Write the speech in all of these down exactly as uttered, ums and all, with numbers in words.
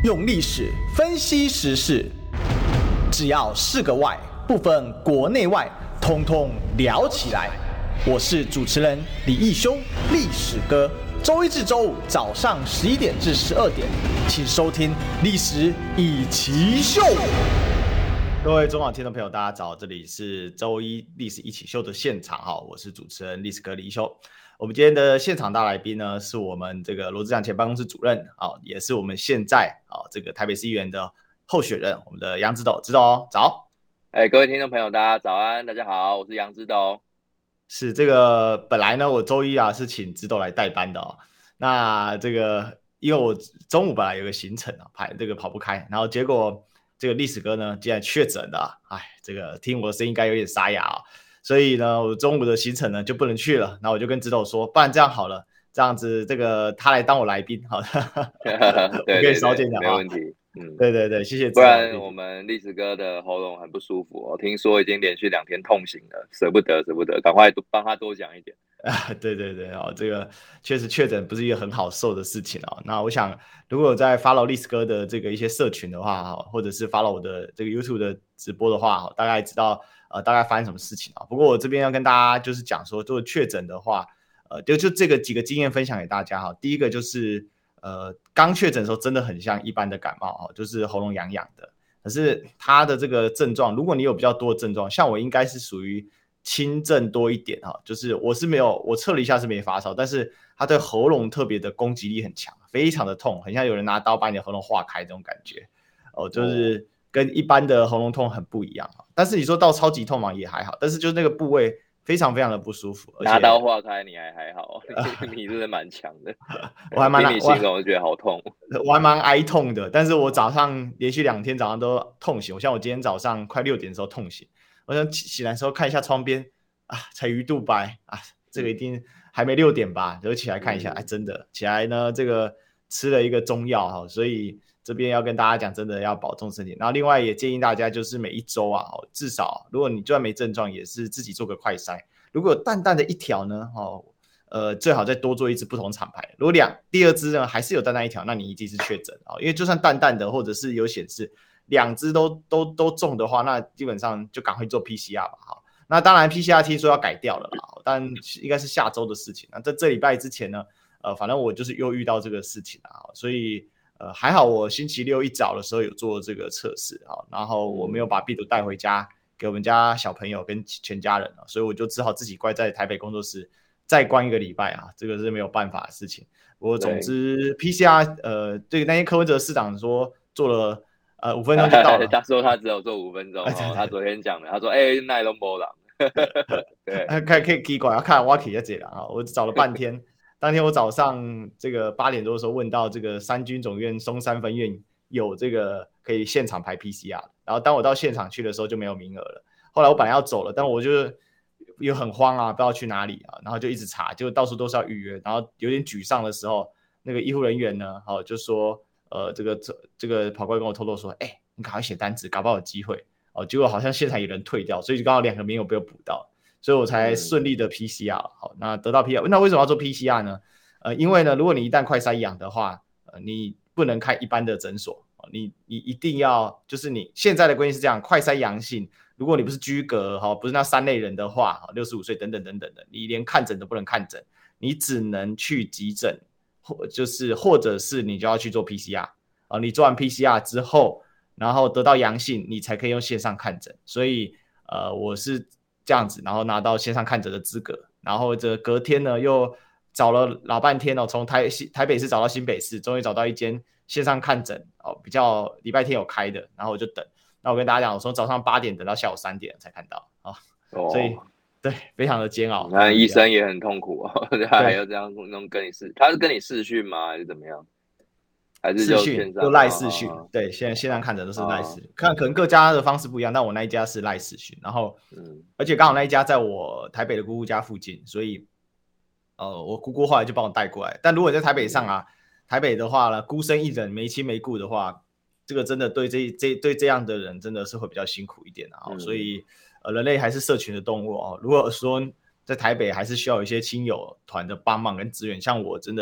用历史分析时事，只要是个“外”，不分国内外，通通聊起来。我是主持人李义修，历史哥。周一至周五早上十一点至十二点，请收听《历史一起秀》。各位中广听众朋友，大家早，这里是周一历史一起秀的现场哈，我是主持人历史哥李义修。我们今天的现场大来宾呢，是我们这个罗志祥前办公室主任啊，也是我们现在啊这个台北市议员的候选人，我们的杨指斗，指斗早。 哎，各位听众朋友，大家早安，大家好，我是杨指斗。 是这个本来呢，我周一啊是请指斗来代班的哦。那这个因为我中午本来有个行程啊，排这个跑不开，然后结果这个历史哥呢竟然确诊了，哎，这个听我的声音应该有点沙哑啊、哦，所以呢，我中午的行程呢就不能去了。那我就跟指斗说，不然这样好了，这样子这个他来当我来宾，好的，我可以少讲讲话， 没问题。嗯， 对对对，谢谢指斗。 不然我们历史哥的喉咙很不舒服哦，听说已经连续两天痛醒了，舍不得舍不得，赶快帮他多讲一点。 啊，对对对哦，这个确实确诊不是一个很好受的事情哦。那我想，如果在 follow 历史哥的这个一些社群的话，或者是 follow 我的这个 YouTube 的直播的话，大概知道呃大概发生什么事情啊。不过我这边要跟大家就是讲说，如果确诊的话，呃，就就这个几个经验分享给大家哈。第一个就是呃刚确诊的时候真的很像一般的感冒哦，就是喉咙痒痒的。可是它的这个症状，如果你有比较多的症状，像我应该是属于轻症多一点哈，就是我是没有，我测了一下是没发烧，但是它对喉咙特别的攻击力很强，非常的痛，很像有人拿刀把你的喉咙划开这种感觉哦，就是跟一般的喉咙痛很不一样。但是你说到超级痛嘛也还好，但是就是那个部位非常非常的不舒服。 拿刀划开你还还好，你真的蛮强的。 我还蛮听你形容我觉得好痛， 我还蛮哀痛的，但是我早上连续两天早上都痛醒，我像我今天早上快六点的时候痛醒。我想起来的时候看一下窗边啊，才鱼肚白啊，这个一定还没六点吧？然后起来看一下，哎，真的起来呢，这个吃了一个中药哈，所以这边要跟大家讲，真的要保重身体。然后另外也建议大家，就是每一周啊，至少如果你就算没症状，也是自己做个快筛。如果有淡淡的一条呢，哦，呃，最好再多做一支不同厂牌。如果两第二支呢还是有淡淡一条，那你一定是确诊啊，因为就算淡淡的或者是有显示。两只都都都中的话，那基本上就赶快做 P C R 吧。好，那当然 P C R 听说要改掉了啦，但应该是下周的事情。那在这礼拜之前呢，呃，反正我就是又遇到这个事情啊，所以呃还好我星期六一早的时候有做这个测试啊，然后我没有把病毒带回家给我们家小朋友跟全家人啊，所以我就只好自己关在台北工作室再关一个礼拜啊，这个是没有办法的事情。不过总之 P C R 呃，对那些柯文哲市长说做了。呃，五分钟就到了。 他说他只有做五分钟、哦、他昨天讲的，他说：“哎、欸，那都没了。”对， 可以可以奇怪，看我可以这样啊，我找了半天。当天我早上这个八点多的时候问到这个三军总院松山分院有这个可以现场排 P C R， 然后当我到现场去的时候就没有名额了。后来我本来要走了，但我就又很慌啊，不知道去哪里啊，然后就一直查，结果到处都是要预约，然后有点沮丧的时候，那个医护人员呢，哦，就说。呃，这个这个跑过来跟我偷偷说，哎、欸，你赶快写单子，搞不好有机会哦。结果好像现场有人退掉，所以刚好两个名额被我补到，所以我才顺利的 P C R。好，那得到 P C R， 那为什么要做 P C R 呢？呃，因为呢，如果你一旦快筛阳的话，呃，你不能开一般的诊所，你你一定要就是你现在的规定是这样，快筛阳性，如果你不是居隔哈，不是那三类人的话，六十五岁等等等等的，你连看诊都不能看诊，你只能去急诊。或就是或者是你就要去做 P C R 啊，你做完 P C R 之后，然后得到阳性，你才可以用线上看诊。所以呃，我是这样子，然后拿到线上看诊的资格，然后这隔天呢又找了老半天哦，从台台北市找到新北市，终于找到一间线上看诊哦，比较礼拜天有开的，然后我就等。那我跟大家讲，我从早上八点等到下午三点才看到啊、哦，所以。对，非常的煎熬。 那医生也很痛苦哦，他还要这样弄跟你视，他是跟你视讯吗？还是怎么样？还是就线上？ 就赖视讯、哦。对，现在线上看诊都是赖视讯、哦，看可能各家的方式不一样，但我那一家是赖视讯。然后，嗯，而且刚好那一家在我台北的姑姑家附近，所以，呃，我姑姑后来就帮我带过来。但如果你在台北上啊，嗯、台北的话呢，孤身一人没亲没故的话，这个真的对这这对这样的人真的是会比较辛苦一点啊、嗯。所以。呃，人类还是社群的动物哦。如果说在台北还是需要有一些亲友团的帮忙跟支援，像我真的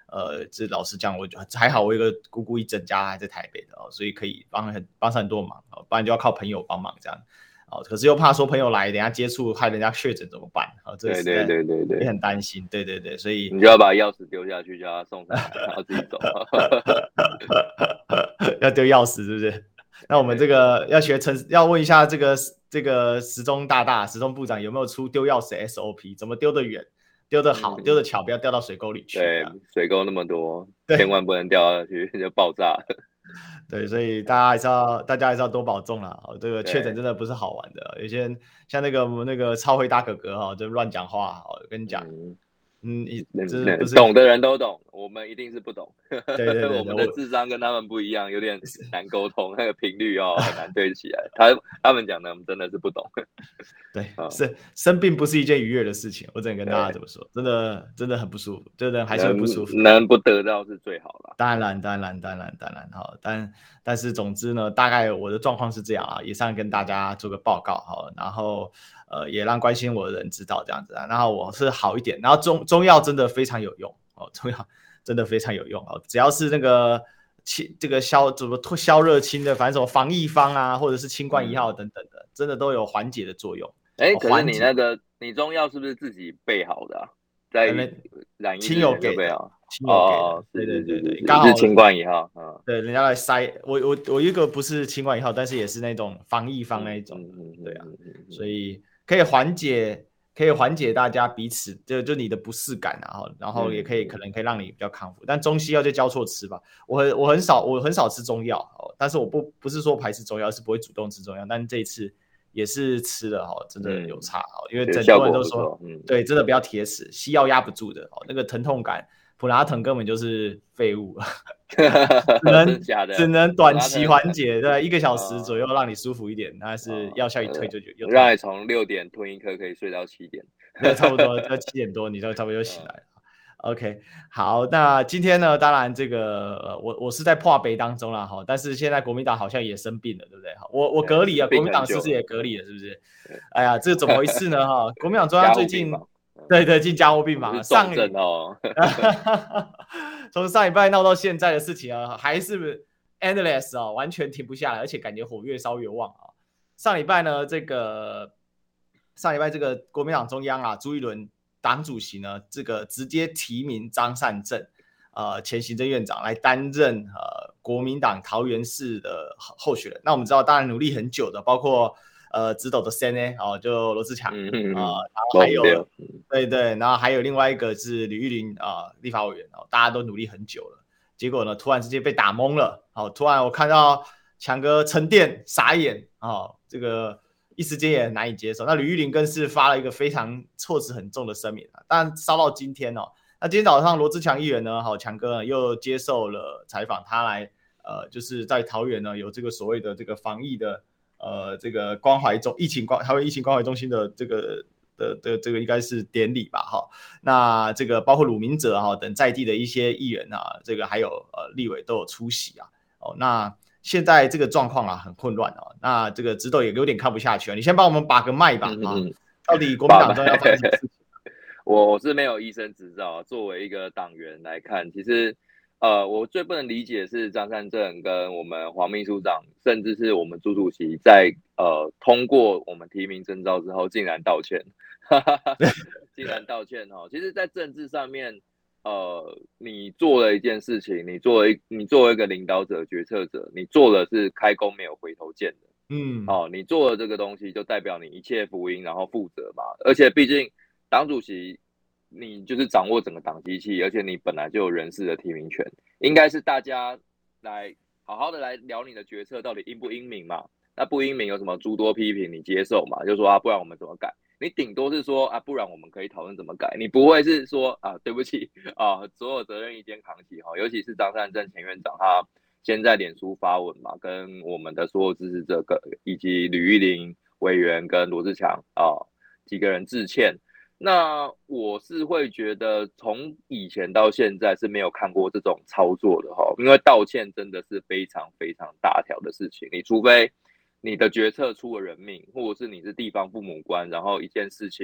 呃，这老实讲，我还好，我有个姑姑一整家还在台北的哦，所以可以帮很帮上很多忙哦，不然就要靠朋友帮忙这样。哦，可是又怕说朋友来，等下接触害人家确诊怎么办？哦，这个对对对对对， 也很担心。对对对，所以你就要把钥匙丢下去，叫他送上来，然后自己走。 要丢钥匙是不是？那我们这个要学陈，要问一下这个这个时钟大大、时钟部长有没有出丢钥匙的 S O P？ 怎么丢得远、丢得好、丢得巧，不要掉到水沟里去。 对，水沟那么多，千万不能掉下去就爆炸了。 对，所以大家还是要大家还是要多保重啦。哦，这个确诊真的不是好玩的，有些人像那个我们那个超辉大哥哥哈，就乱讲话。哦，跟你讲，嗯，嗯这不是懂的人都懂，我们一定是不懂。 对对 对, 对， 我们的智商跟他们不一样，有点难沟通，那个频率哦很难对起来。他他们讲的，我们真的是不懂。 对，生生病不是一件愉悦的事情，我只能跟大家这么说，真的真的很不舒服，真的还是很不舒服。 能, 能不得到是最好了。 当然当然当然当然好，但但是总之呢，大概我的状况是这样啊，也上跟大家做个报告好，然后呃也让关心我的人知道这样子啊，然后我是好一点，然后中中药真的非常有用哦，中药真的非常有用哦，只要是那个这个消怎么消热清的，反正什么防疫方啊，或者是清冠一号等等的，嗯、真的都有缓解的作用。 哎、欸，可是你那个你中药是不是自己备好的、啊？在染疫之前就备好， 亲友给的，哦、对对对对，刚好是清冠一号，嗯， 对，人家来筛我我我一个不是清冠一号，但是也是那种防疫方那一种，嗯嗯、对啊，所以可以缓解可以缓解大家彼此就就你的不适感啊，然后也可以、嗯、可能可以让你比较康复，但中西药就交错吃吧，我很我很少我很少吃中药，但是我不不是说排斥中药，是不会主动吃中药，但这一次。也是吃了哈，真的有差哦、嗯，因为整多人都说，嗯、对，真的不要铁齿，西药压不住的哦，那个疼痛感，普拉腾根本就是废物，只能只能短期缓解，对，一个小时左右让你舒服一点，但是药效一退就就让你从六点吞一颗可以睡到七点， 对，差不多要七点多你就差不多就醒来了。OK， 好，那今天呢？当然，这个、呃、我我是在破杯当中啦，哈，但是现在国民党好像也生病了，对不对？我我隔离啊，国民党是不是也隔离了？是不是？哎呀，这怎么回事呢？哈，国民党中央最近，对对，进加护病房， 上阵哦， 从上礼拜闹到现在的事情啊，还是 endless 哦，完全停不下来，而且感觉火越烧越旺啊。上礼拜呢，这个上礼拜这个国民党中央啊，朱一伦。党主席呢，这个直接提名张善政，呃，前行政院长来担任呃国民党桃园市的候选人。那我们知道，当然努力很久的，包括呃直斗的 C N A 哦，就罗智强啊、呃，然后还有对对，然后还有另外一个是吕玉玲啊、呃，立法委员哦，大家都努力很久了，结果呢，突然之间被打懵了，哦，突然我看到强哥沉淀傻眼哦，这个。一时间也很难以接受。那吕玉玲更是发了一个非常措辞很重的声明啊，但烧到今天哦，那今天早上罗智强议员呢，好强哥呢又接受了采访，他来呃就是在桃园呢有这个所谓的这个防疫的呃这个关怀中疫情关桃园疫情关怀中心的这个的的这个应该是典礼吧哈。那这个包括鲁明哲哈等在地的一些议员啊，这个还有呃立委都有出席啊。哦，那。现在这个状况啊很混乱哦，那这个直斗也有点看不下去了。你先帮我们把个脉吧、嗯、啊，到底国民党中要发生什么事情？ 我我是没有医生执照，作为一个党员来看，其实呃，我最不能理解的是张善政跟我们黄秘书长，甚至是我们朱主席在呃通过我们提名征召之后，竟然道歉，竟然道歉哈。其实，在政治上面。呃，你做了一件事情，你作为你作为一个领导者、决策者，你做的是开弓没有回头箭的，嗯，哦，你做了这个东西，就代表你一切福音，然后负责嘛。而且毕竟党主席，你就是掌握整个党机器，而且你本来就有人事的提名权，应该是大家来好好的来聊你的决策到底英不英明嘛？那不英明有什么诸多批评，你接受嘛？就说啊，不然我们怎么改？你顶多是说啊，不然我们可以讨论怎么改，你不会是说啊，对不起啊，所有责任一肩扛起哈。尤其是张善政前院长，他先在脸书发文嘛，跟我们的所有支持者跟以及吕玉玲委员跟罗智强啊几个人致歉。那我是会觉得，从以前到现在是没有看过这种操作的哈，因为道歉真的是非常非常大条的事情，你除非。你的决策出了人命，或者是你是地方父母官，然后一件事情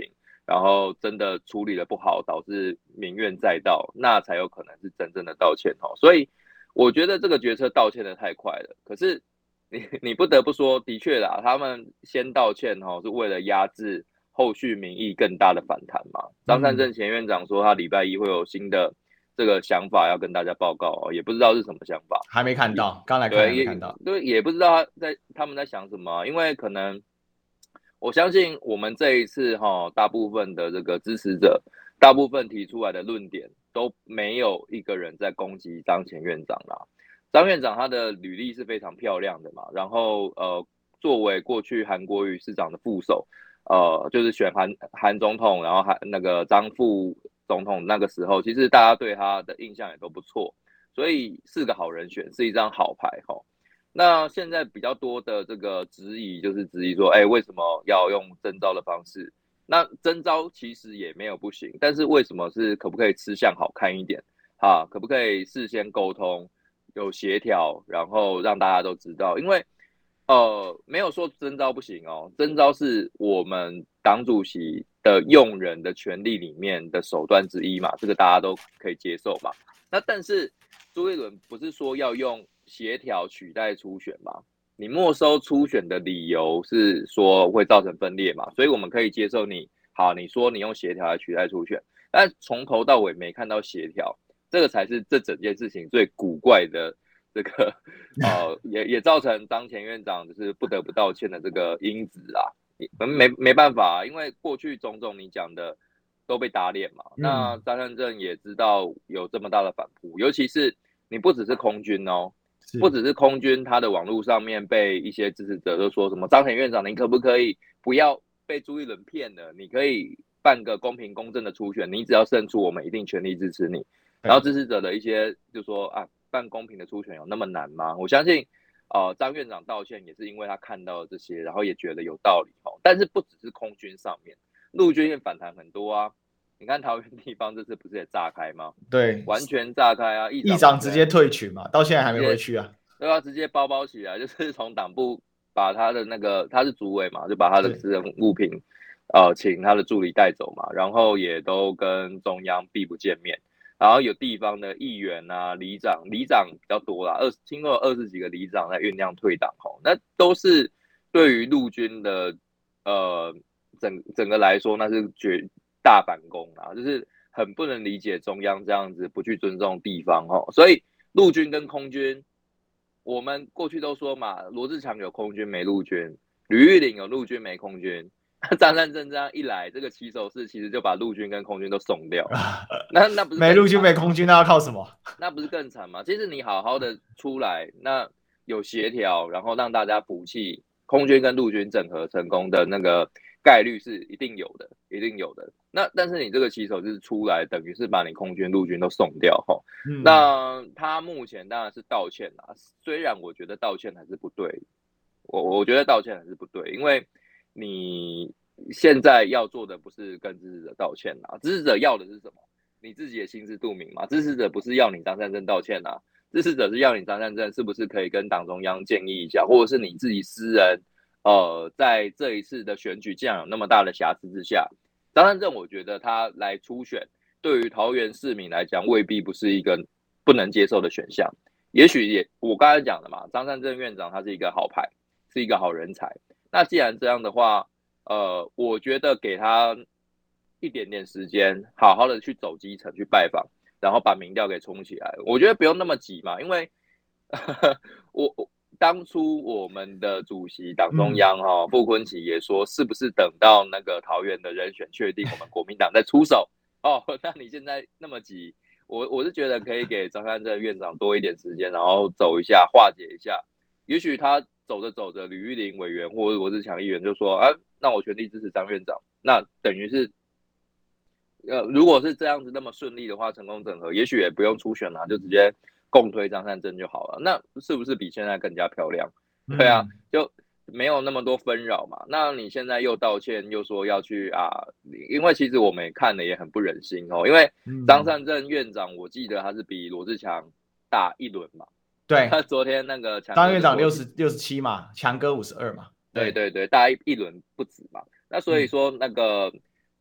然后真的处理的不好，导致民怨载道，那才有可能是真正的道歉哦。所以我觉得这个决策道歉的太快了，可是你你不得不说，的确啦，他们先道歉哦，是为了压制后续民意更大的反弹嘛。张善政前院长说他礼拜一会有新的这个想法要跟大家报告哦，也不知道是什么想法， 还没看到，刚来看还没看到， 对，也不知道他在他们在想什么，因为可能。我相信我们这一次哈、哦，大部分的这个支持者，大部分提出来的论点都没有一个人在攻击张前院长啦。张院长他的履历是非常漂亮的嘛，然后呃，作为过去韩国瑜市长的副手，呃，就是选韩韩总统，然后韩那个张副总统那个时候，其实大家对他的印象也都不错，所以是个好人选，是一张好牌哈。哦那现在比较多的这个质疑，就是质疑说，哎，为什么要用征召的方式？那征召其实也没有不行，但是为什么是可不可以吃相好看一点？哈，可不可以事先沟通，有协调，然后让大家都知道？因为呃，没有说征召不行哦，征召是我们党主席的用人的权利里面的手段之一嘛，这个大家都可以接受嘛。那但是朱立伦不是说要用协调取代初选嘛？你没收初选的理由是说会造成分裂嘛？所以我们可以接受你好，你说你用协调来取代初选，但从头到尾没看到协调，这个才是这整件事情最古怪的这个呃，也也造成张前院长就是不得不道歉的这个因子啊。没没办法、啊，因为过去种种你讲的都被打脸嘛。嗯、那张善政也知道有这么大的反扑，尤其是你不只是空军哦，不只是空军，他的网络上面被一些支持者都说什么张前院长，你可不可以不要被朱立伦骗了？你可以办个公平公正的初选，你只要胜出，我们一定全力支持你。然后支持者的一些就说啊，办公平的初选有那么难吗？我相信。呃，张院长道歉也是因为他看到了这些，然后也觉得有道理哦。但是不只是空军上面，陆军也反弹很多啊。你看桃园地方这次不是也炸开吗？ 对， 完全炸开啊！ 议长直接退群嘛，到现在还没回去啊。 对啊，直接包包起来，就是从党部把他的那个他是主委嘛，就把他的私人物品，呃，请他的助理带走嘛，然后也都跟中央避不见面。然后有地方的议员啊、里长，里长比较多啦，二听说有二十几个里长在酝酿退党吼，那都是对于陆军的呃整整个来说，那是绝大反攻啊，就是很不能理解中央这样子不去尊重地方吼，所以陆军跟空军，我们过去都说嘛，罗智强有空军没陆军，吕玉玲有陆军没空军。张善政这样一来，这个起手式其实就把陆军跟空军都送掉了。那那不是没陆军没空军，那要靠什么？ 那不是更惨吗？其实你好好的出来，那有协调，然后让大家服气，空军跟陆军整合成功的那个概率是一定有的，一定有的。那但是你这个起手是出来，等于是把你空军、陆军都送掉哈。嗯、那他目前当然是道歉啦，虽然我觉得道歉还是不对，我我觉得道歉还是不对，因为。你现在要做的不是跟支持者道歉啦，支持者要的是什么？你自己也心知肚明嘛。支持者不是要你张善政道歉啦，支持者是要你张善政是不是可以跟党中央建议一下，或者是你自己私人，呃，在这一次的选举既然有那么大的瑕疵之下，张善政我觉得他来初选，对于桃园市民来讲未必不是一个不能接受的选项。也许也我刚才讲的嘛，张善政院长他是一个好牌，是一个好人才。那既然这样的话，呃，我觉得给他一点点时间，好好的去走基层去拜访，然后把民调给冲起来。我觉得不用那么急嘛，因为呵呵我当初我们的主席党中央哈、哦、傅昆萁也说，是不是等到那个桃园的人选确定，我们国民党再出手？哦，那你现在那么急，我我是觉得可以给张善政院长多一点时间，然后走一下，化解一下，也许他。走着走着，吕玉玲委员或者罗智强议员就说：“啊，那我全力支持张院长。”那等于是，呃，如果是这样子那么顺利的话，成功整合，也许也不用初选啦，就直接共推张善政就好了。那是不是比现在更加漂亮？嗯、对啊，就没有那么多纷扰嘛。那你现在又道歉，又说要去啊？因为其实我们看了也很不忍心哦。因为张善政院长，我记得他是比罗智强大一轮嘛。 对， 他昨天那个当院长六十六十七嘛，强哥五十二嘛， 对对对，大概一轮不止嘛。那所以说那个、嗯、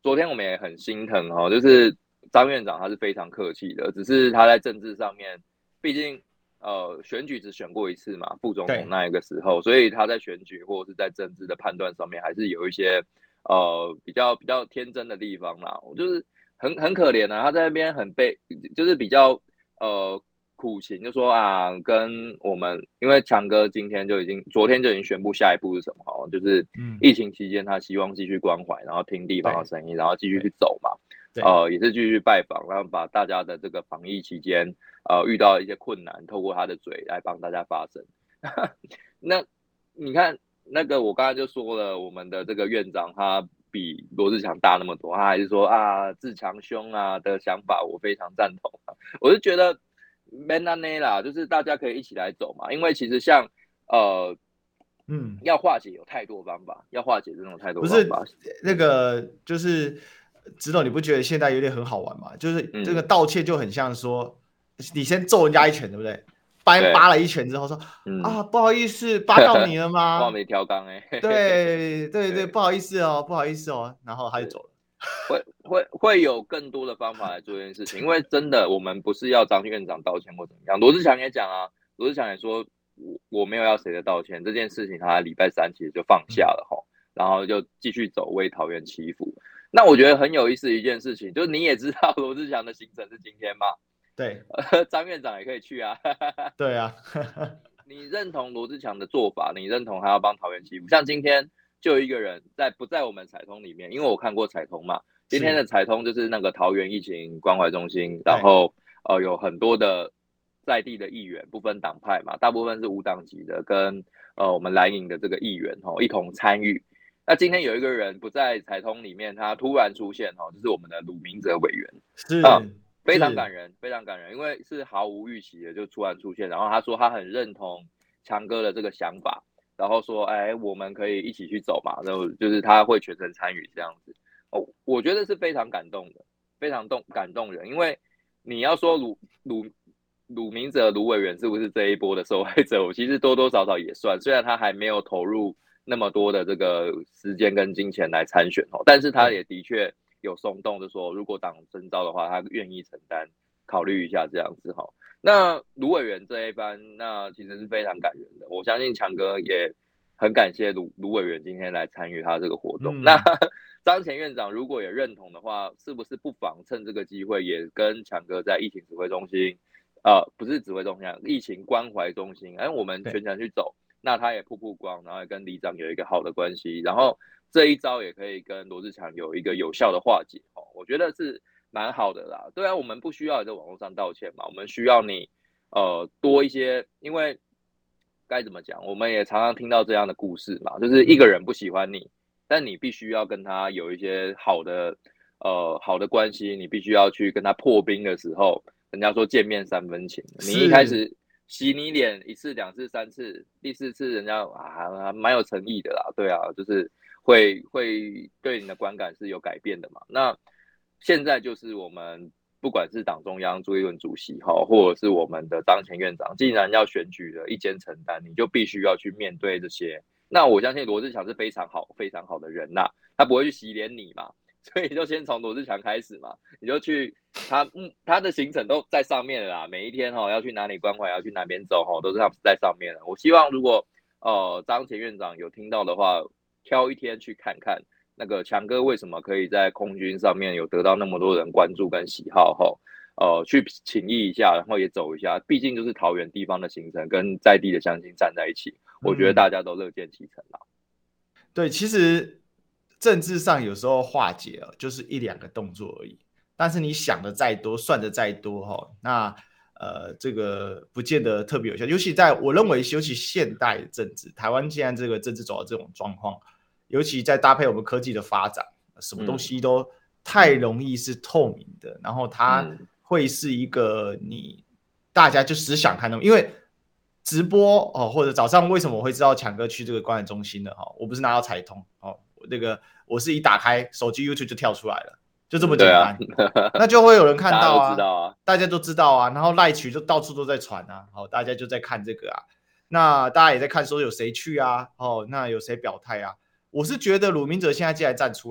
昨天我们也很心疼哦，就是张院长他是非常客气的，只是他在政治上面，毕竟呃选举只选过一次嘛，副总统那一个时候，所以他在选举或者是在政治的判断上面，还是有一些呃比较比较天真的地方啦。我就是很很可怜啊，他在那边很被，就是比较呃。苦情就说啊，跟我们因为强哥今天就已经昨天就已经宣布下一步是什么，好，就是疫情期间他希望继续关怀，然后听地方的声音，然后继续去走嘛，呃，也是继续拜访，然后把大家的这个防疫期间呃遇到一些困难，透过他的嘴来帮大家发声。那你看那个我刚才就说了，我们的这个院长他比罗志强大那么多，他还是说啊志强兄啊的想法我非常赞同，我就觉得。Man 啦，就是大家可以一起来走嘛，因为其实像呃，嗯，要化解有太多方法，要化解这种太多方法。 不是那个，就是直董，你不觉得现在有点很好玩吗？就是这个道歉就很像说，嗯、你先揍人家一拳，对不对？扒扒了一拳之后说、嗯、啊，不好意思，扒到你了吗？ 话没调缸哎， 对对对，不好意思哦，不好意思哦，然后他就走了。 会会会有更多的方法来做这件事情，因为真的我们不是要张院长道歉或怎么样。罗志强也讲啊，罗志强也说我我没有要谁的道歉，这件事情他礼拜三其实就放下了哈，然后就继续走为桃园祈福。那我觉得很有意思的一件事情，就是你也知道罗志强的行程是今天吗？ 对， 张院长也可以去啊。 对啊， 你认同罗志强的做法，你认同他要帮桃园祈福，像今天。就有一个人在不在我们彩通里面，因为我看过彩通嘛。今天的彩通就是那个桃园疫情关怀中心，然后呃有很多的在地的议员，不分党派嘛，大部分是无党籍的，跟呃我们蓝营的这个议员哦一同参与。那今天有一个人不在彩通里面，他突然出现哦，就是我们的鲁明哲委员， 是啊、 嗯，非常感人，非常感人，因为是毫无预期的就突然出现，然后他说他很认同强哥的这个想法。然后说，哎，我们可以一起去走嘛，然后就是他会全程参与这样子，哦，我觉得是非常感动的，非常动感动人，因为你要说鲁鲁鲁明哲鲁委员是不是这一波的受害者，我其实多多少少也算，虽然他还没有投入那么多的这个时间跟金钱来参选哦，但是他也的确有松动，就说如果党征召的话，他愿意承担，考虑一下这样子哈。那卢委员这一班，那其实是非常感人的。我相信强哥也很感谢卢卢委员今天来参与他这个活动。嗯、那张前院长如果也认同的话，是不是不妨趁这个机会也跟强哥在疫情指挥中心，呃，不是指挥中心，疫情关怀中心，哎，我们全程去走，那他也曝曝光，然后也跟里长有一个好的关系，然后这一招也可以跟罗志强有一个有效的化解。哦，我觉得是。蛮好的啦，对啊，我们不需要你在网络上道歉嘛，我们需要你呃多一些，因为该怎么讲，我们也常常听到这样的故事嘛，就是一个人不喜欢你，但你必须要跟他有一些好的呃好的关系，你必须要去跟他破冰的时候，人家说见面三分情，你一开始洗你脸一次两次三次，第四次人家啊蛮有诚意的啦，对啊，就是会会对你的观感是有改变的嘛，那。现在就是我们不管是党中央朱立伦主席哈，或者是我们的张前院长，既然要选举的一肩承担，你就必须要去面对这些。那我相信罗志强是非常好、非常好的人呐，他不会去洗脸你嘛，所以就先从罗志强开始嘛，你就去他嗯他的行程都在上面了啦，每一天哈要去哪里关怀，要去哪边走哈，都是他在上面了。我希望如果呃张前院长有听到的话，挑一天去看看。那个强哥为什么可以在空军上面有得到那么多人关注跟喜好后，呃，去请益一下，然后也走一下，毕竟就是桃园地方的行程跟在地的乡亲站在一起，我觉得大家都乐见其成啦。 嗯、对，其实政治上有时候化解了就是一两个动作而已，但是你想的再多，算的再多哈，那呃，这个不见得特别有效，尤其在我认为，尤其现代政治，台湾现在这个政治走到这种状况。尤其在搭配我们科技的发展，什么东西都太容易是透明的，嗯、然后它会是一个你大家就只想看到，因为直播哦，或者早上为什么我会知道强哥去这个观览中心的哈？我不是拿到彩通哦，那个我是一打开手机 YouTube 就跳出来了，就这么简单，嗯啊、那就会有人看到啊，大家都知道啊，大家都知道啊，然后赖群就到处都在传啊，好，大家就在看这个啊，那大家也在看说有谁去啊，哦，那有谁表态啊。我是觉得鲁明哲现在既然站出来了，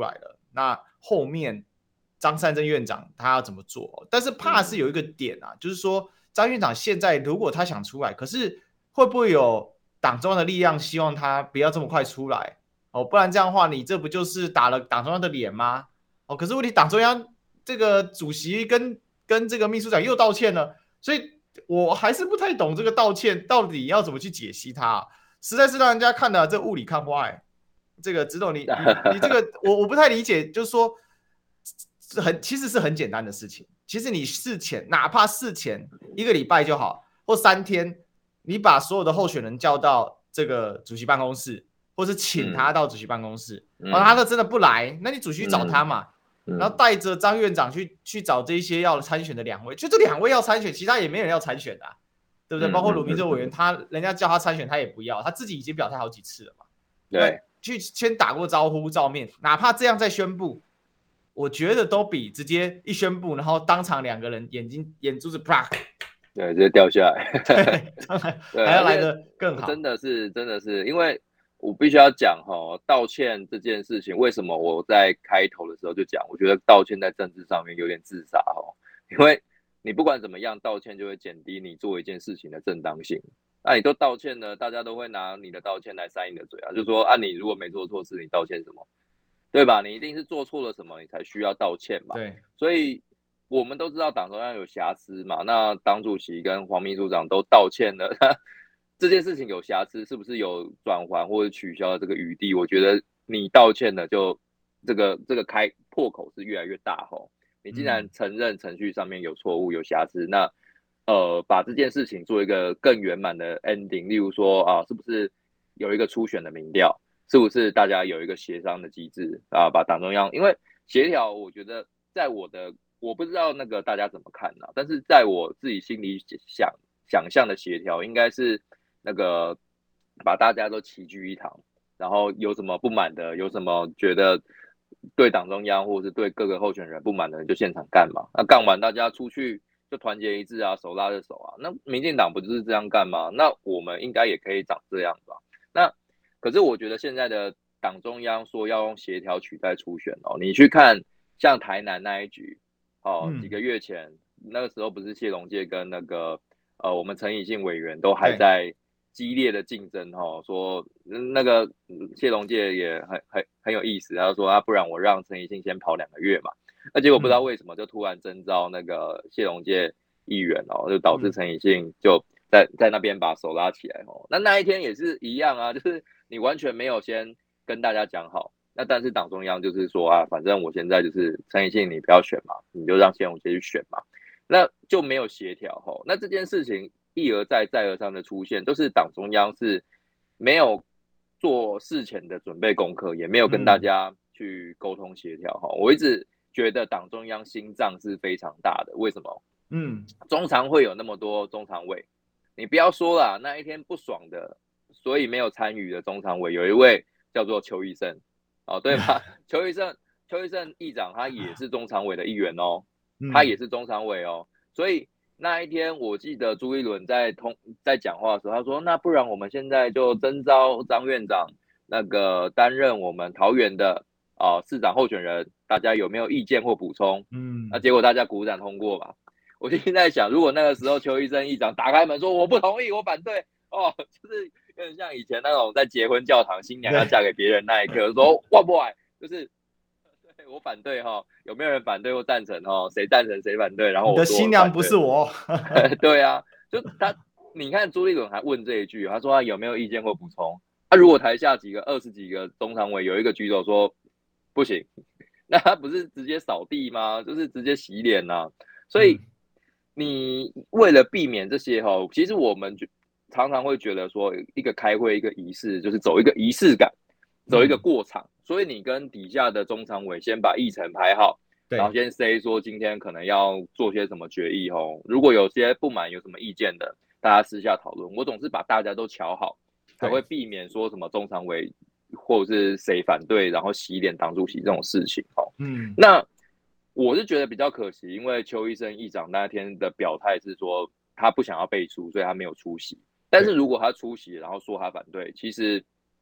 那后面张善政院长他要怎么做？但是怕是有一个点啊，嗯、就是说张院长现在如果他想出来，可是会不会有党中央的力量希望他不要这么快出来？哦，不然这样的话，你这不就是打了党中央的脸吗？哦，可是问题党中央这个主席跟跟这个秘书长又道歉了，所以我还是不太懂这个道歉到底要怎么去解析它、啊，实在是让人家看了这雾里看花、欸。这个直董，你你你这个我我不太理解，就是说很其实是很简单的事情，其实你事前哪怕事前一个礼拜就好，或三天，你把所有的候选人叫到这个主席办公室。或是请他到主席办公室，嗯、哦，他的真的不来，那你主席找他嘛，嗯、然后带着张院长去去找这些要参选的两位，就这两位要参选，其他也没人要参选的、啊，对不对？嗯、包括鲁明哲委员，他人家叫他参选，他也不要，他自己已经表态好几次了嘛， 对， 去先打过招呼照面，哪怕这样再宣布，我觉得都比直接一宣布，然后当场两个人眼睛眼珠子啪， 对，直接掉下来， 对，还要来得更好， 真的是真的是因为。我必须要讲哈，道歉这件事情，为什么我在开头的时候就讲，我觉得道歉在政治上面有点自杀哈，因为你不管怎么样，道歉就会减低你做一件事情的正当性。那你都道歉了，大家都会拿你的道歉来塞你的嘴啊，就说啊，你如果没做错事，你道歉什么？对吧？你一定是做错了什么，你才需要道歉嘛。 对， 所以我们都知道党中央有瑕疵嘛，那党主席跟黄秘书长都道歉了。这件事情有瑕疵，是不是有转圜或者取消的这个余地？我觉得你道歉了，就这个这个开破口是越来越大吼。你既然承认程序上面有错误、有瑕疵，那呃把这件事情做一个更圆满的 ending， 例如说啊，是不是有一个初选的民调？是不是大家有一个协商的机制啊？把党中央，因为协调，我觉得在我的我不知道那个大家怎么看呢、啊？但是在我自己心里想想象的协调，应该是。那个把大家都齐聚一堂，然后有什么不满的，有什么觉得对党中央或是对各个候选人不满的人，就现场干嘛？那干完大家出去就团结一致啊，手拉着手啊。那民进党不就是这样干吗？那我们应该也可以长这样吧？那可是我觉得现在的党中央说要用协调取代初选哦，你去看像台南那一局哦，几个月前、嗯、那个时候不是谢龙介跟那个呃我们陈以信委员都还在。激烈的竞争哈，说那个谢龙介也很很很有意思，他说啊，不然我让陈以信先跑两个月嘛，那结果不知道为什么就突然征召那个谢龙介议员哦，就导致陈以信就在在那边把手拉起来哦。那那一天也是一样啊，就是你完全没有先跟大家讲好，那但是党中央就是说啊，反正我现在就是陈以信你不要选嘛，你就让谢龙介去选嘛，那就没有协调哈。那这件事情。一而再再而三的出现，都是党中央是没有做事前的准备功课，也没有跟大家去沟通协调哈、嗯。我一直觉得党中央心脏是非常大的，为什么？嗯，中常会有那么多中常委，你不要说啦，那一天不爽的，所以没有参与的中常委有一位叫做邱医生，哦，对吧？邱医生，邱医生议长他也是中常委的一员哦，他也是中常委哦，所以。那一天，我记得朱一伦在通在讲话的时候，他说：“那不然我们现在就征召张院长，那个担任我们桃园的啊、呃、市长候选人，大家有没有意见或补充？”嗯，那结果大家鼓掌通过嘛。我现在想，如果那个时候邱医生议长打开门说我不同意，我反对，哦，就是有点像以前那种在结婚教堂新娘要嫁给别人那一刻，说哇不，就是。我反对哈，有没有人反对或赞成哈？谁赞成谁反对？然后我说你的新娘不是我。 对啊，就他，你看朱立伦还问这一句，他说他有没有意见或补充？他、啊、如果台下几个二十几个中常委有一个举手说不行，那他不是直接扫地吗？就是直接洗脸呐、啊。所以你为了避免这些哈，其实我们常常会觉得说，一个开会一个仪式，就是走一个仪式感。走一个过场、嗯，所以你跟底下的中常委先把议程排好，然后先 say 说今天可能要做些什么决议哦。如果有些不满、有什么意见的，大家私下讨论。我总是把大家都瞧好，才会避免说什么中常委或者是谁反对，然后洗脸党主席这种事情哦。嗯，那我是觉得比较可惜，因为邱医生议长那天的表态是说他不想要背书，所以他没有出席。但是如果他出席，然后说他反对，其实。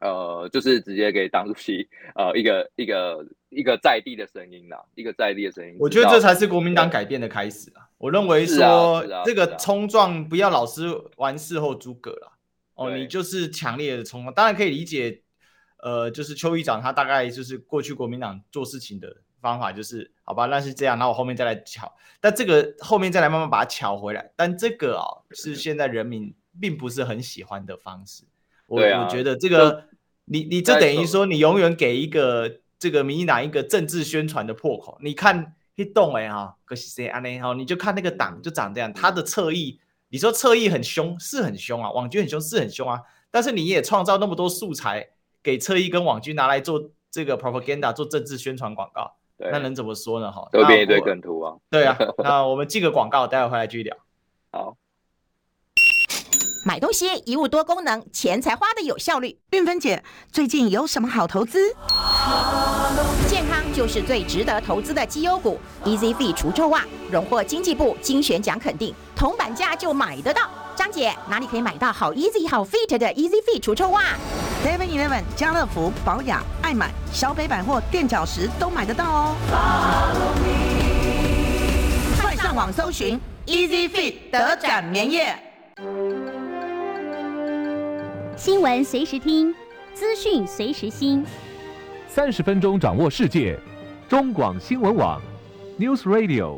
呃，就是直接给党主席呃一个一个一个在地的声音啦，一个在地的声音。 我觉得这才是国民党改变的开始啊！我认为说、啊啊、这个冲撞不要老是玩事后诸葛啦，哦，你就是强烈的冲撞，当然可以理解，呃，就是邱议长他大概就是过去国民党做事情的方法就是好吧，那是这样，然后我后面再来巧，但这个后面再来慢慢把它巧回来，但这个啊、哦、是现在人民并不是很喜欢的方式。我、啊、我觉得这个你你这等于说你永远给一个这个民进党一个政治宣传的破口。你看一动哎哈，可是谁安呢？哈，你就看那个党就长这样，他的侧翼，你说侧翼很凶是很凶啊，网军很凶是很凶啊，但是你也创造那么多素材给侧翼跟网军拿来做这个 propaganda 做政治宣传广告，那能怎么说呢？哈， 都变一堆梗图啊。 对啊，那我们进个广告，待会回来继续聊。 好。 买东西一物多功能，钱才花的有效率。 运芬姐，最近有什么好投资？ 健康就是最值得投资的绩优股 ，Easy Fit 除皱袜荣获经济部精选奖肯定，铜板价就买得到。张姐，哪里可以买到好 Easy 好 Fit 的 Easy Fit 除皱袜 ？Seven Eleven、家乐福、宝雅、爱买、小北百货、垫脚石都买得到哦。快上网搜寻 Easy Fit 德展棉业。 新闻随时听，资讯随时新， 三十分钟掌握世界。中广新闻网 News Radio。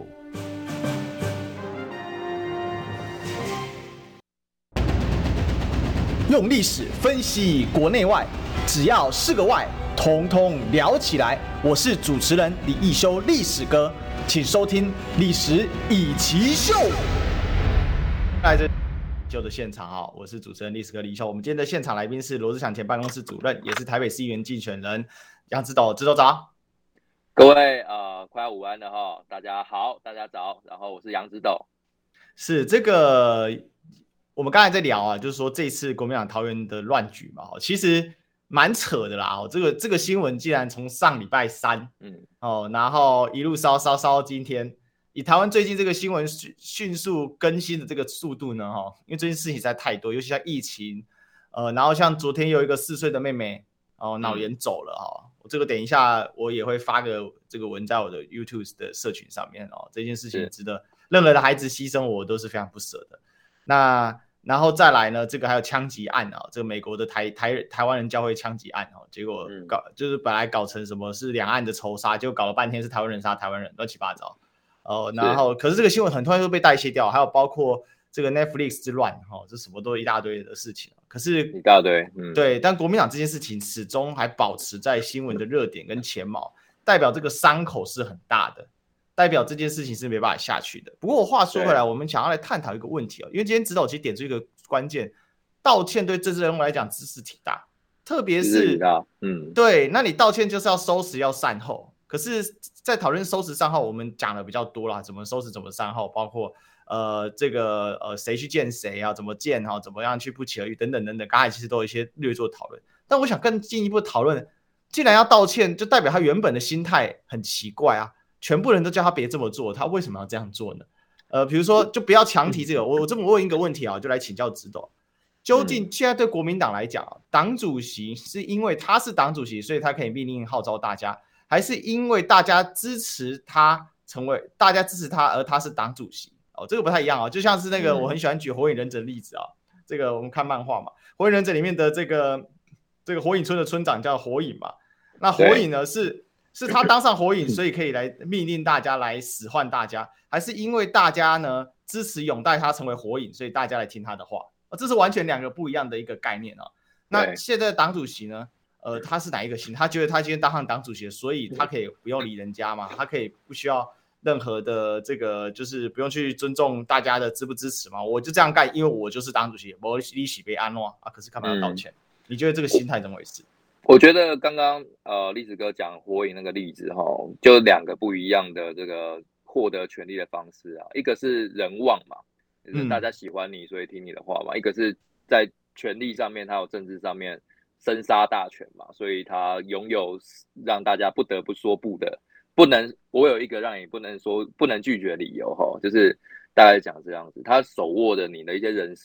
用历史分析国内外，只要是个“外”，统统聊起来。我是主持人李义修，历史哥，请收听《历史以奇秀》。来这。秀的现场啊，我是主持人历史哥李秀。我们今天的现场来宾是罗志祥前办公室主任，也是台北市议员竞选人杨指导，指导早。 各位呃，快要午安了哈，大家好，大家早。然后我是杨指导。 是这个，我们刚才在聊啊，就是说这次国民党桃园的乱局嘛，其实蛮扯的啦。这个这个新闻既然从上礼拜三，嗯哦，然后一路烧烧烧到今天。以台湾最近这个新闻迅速更新的这个速度呢，因为最近事情实在太多，尤其像疫情，呃，然后像昨天有一个四岁的妹妹哦脑炎走了哈、嗯，我这个等一下我也会发个这个文在我的 YouTube 的社群上面哦，这件事情值得任何的孩子牺牲我都是非常不舍的。那然后再来呢，这个还有枪击案啊，这个美国的台台台湾人教会枪击案哦，结果搞、嗯、就是本来搞成什么是两岸的仇杀，结果搞了半天是台湾人杀台湾人，乱七八糟。哦，然后可是这个新闻很突然就被代谢掉，还有包括这个 Netflix 之乱，哈、哦，这什么都一大堆的事情。可是一大堆，嗯， 对，但国民党这件事情始终还保持在新闻的热点跟前茅，代表这个伤口是很大的，代表这件事情是没办法下去的。不过我话说回来，我们想要来探讨一个问题哦，因为今天指导其实点出一个关键，道歉对政治人物来讲知识挺大，特别是嗯，对，那你道歉就是要收拾要善后。可是，在讨论收拾善后，我们讲的比较多啦，怎么收拾，怎么善后，包括呃这个呃谁去见谁啊，怎么见哈，怎么样去不期而遇等等等等，刚才其实都有一些略作讨论。但我想更进一步讨论，既然要道歉，就代表他原本的心态很奇怪啊，全部人都叫他别这么做，他为什么要这样做呢？呃，比如说，就不要强提这个，我我这么问一个问题啊，就来请教指导，究竟现在对国民党来讲，党主席是因为他是党主席，所以他可以命令号召大家？还是因为大家支持他成为大家支持他而他是党主席哦，这个不太一样哦，就像是那个我很喜欢举火影忍者的例子啊、哦嗯，这个我们看漫画嘛，火影忍者里面的这个这个火影村的村长叫火影嘛，那火影呢是是他当上火影，所以可以来命令大家来使唤大家，还是因为大家呢支持拥戴他成为火影，所以大家来听他的话？哦、这是完全两个不一样的一个概念哦。那现在的党主席呢？呃，他是哪一个心？他觉得他今天当上党主席，所以他可以不用理人家嘛？他可以不需要任何的这个，就是不用去尊重大家的支不支持嘛？我就这样干，因为我就是党主席，我利息被安诺啊。可是干嘛要道歉、嗯？你觉得这个心态怎么回事？ 我觉得刚刚呃，栗子哥讲火影那个例子哈，就两个不一样的这个获得权利的方式啊，一个是人望嘛，就是大家喜欢你，所以听你的话嘛；一个是在权力上面还有政治上面。生杀大权嘛，所以他拥有让大家不得不说不的，不能我有一个让你不能说不能拒绝的理由哈，就是大概讲这样子，他手握着你的一些人事